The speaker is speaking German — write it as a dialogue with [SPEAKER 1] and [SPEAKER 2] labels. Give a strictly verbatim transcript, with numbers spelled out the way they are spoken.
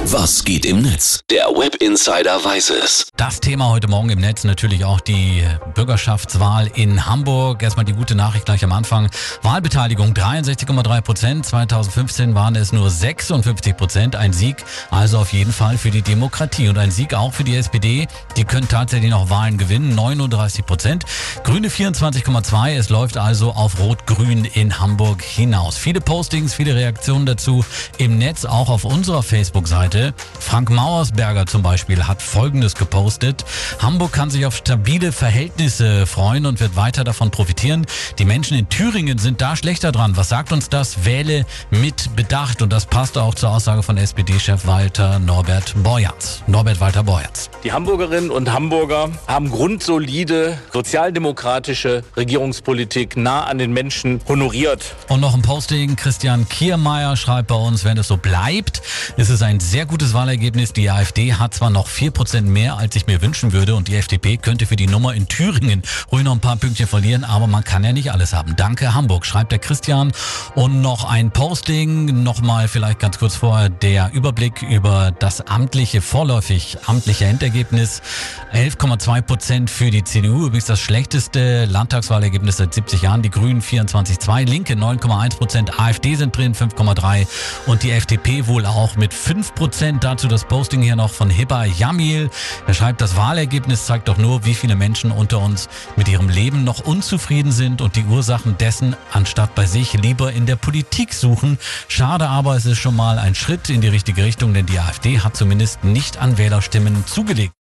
[SPEAKER 1] Was geht im Netz? Der Web Insider weiß es.
[SPEAKER 2] Das Thema heute Morgen im Netz natürlich auch die Bürgerschaftswahl in Hamburg. Erstmal die gute Nachricht gleich am Anfang. Wahlbeteiligung dreiundsechzig Komma drei Prozent. zweitausendfünfzehn waren es nur sechsundfünfzig Prozent. Ein Sieg also auf jeden Fall für die Demokratie und ein Sieg auch für die S P D. Die können tatsächlich noch Wahlen gewinnen. neununddreißig Prozent. Grüne vierundzwanzig Komma zwei. Es läuft also auf Rot-Grün in Hamburg hinaus. Viele Postings, viele Reaktionen dazu im Netz, auch auf unserer Facebook-Seite. Frank Mauersberger zum Beispiel hat Folgendes gepostet. Hamburg kann sich auf stabile Verhältnisse freuen und wird weiter davon profitieren. Die Menschen in Thüringen sind da schlechter dran. Was sagt uns das? Wähle mit Bedacht. Und das passt auch zur Aussage von S P D-Chef Walter Norbert Borjans. Norbert Walter Borjans.
[SPEAKER 3] Die Hamburgerinnen und Hamburger haben grundsolide sozialdemokratische Regierungspolitik nah an den Menschen honoriert.
[SPEAKER 2] Und noch ein Posting. Christian Kiermeier schreibt bei uns, wenn es so bleibt, ist es ein sehr gutes Wahlergebnis. Die AfD hat zwar noch vier Prozent mehr, als ich mir wünschen würde, und die F D P könnte für die Nummer in Thüringen ruhig noch ein paar Pünktchen verlieren, aber man kann ja nicht alles haben. Danke Hamburg, schreibt der Christian. Und noch ein Posting, nochmal vielleicht ganz kurz vorher der Überblick über das amtliche, vorläufig amtliche Endergebnis. elf Komma zwei Prozent für die C D U, übrigens das schlechteste Landtagswahlergebnis seit siebzig Jahren. Die Grünen vierundzwanzig Komma zwei, Linke neun Komma eins Prozent, AfD sind drin fünf Komma drei und die F D P wohl auch mit fünf Prozent. Dazu das Posting hier noch von Hibba Jamil. Er schreibt, das Wahlergebnis zeigt doch nur, wie viele Menschen unter uns mit ihrem Leben noch unzufrieden sind und die Ursachen dessen anstatt bei sich lieber in der Politik suchen. Schade, aber es ist schon mal ein Schritt in die richtige Richtung, denn die AfD hat zumindest nicht an Wählerstimmen zugelegt.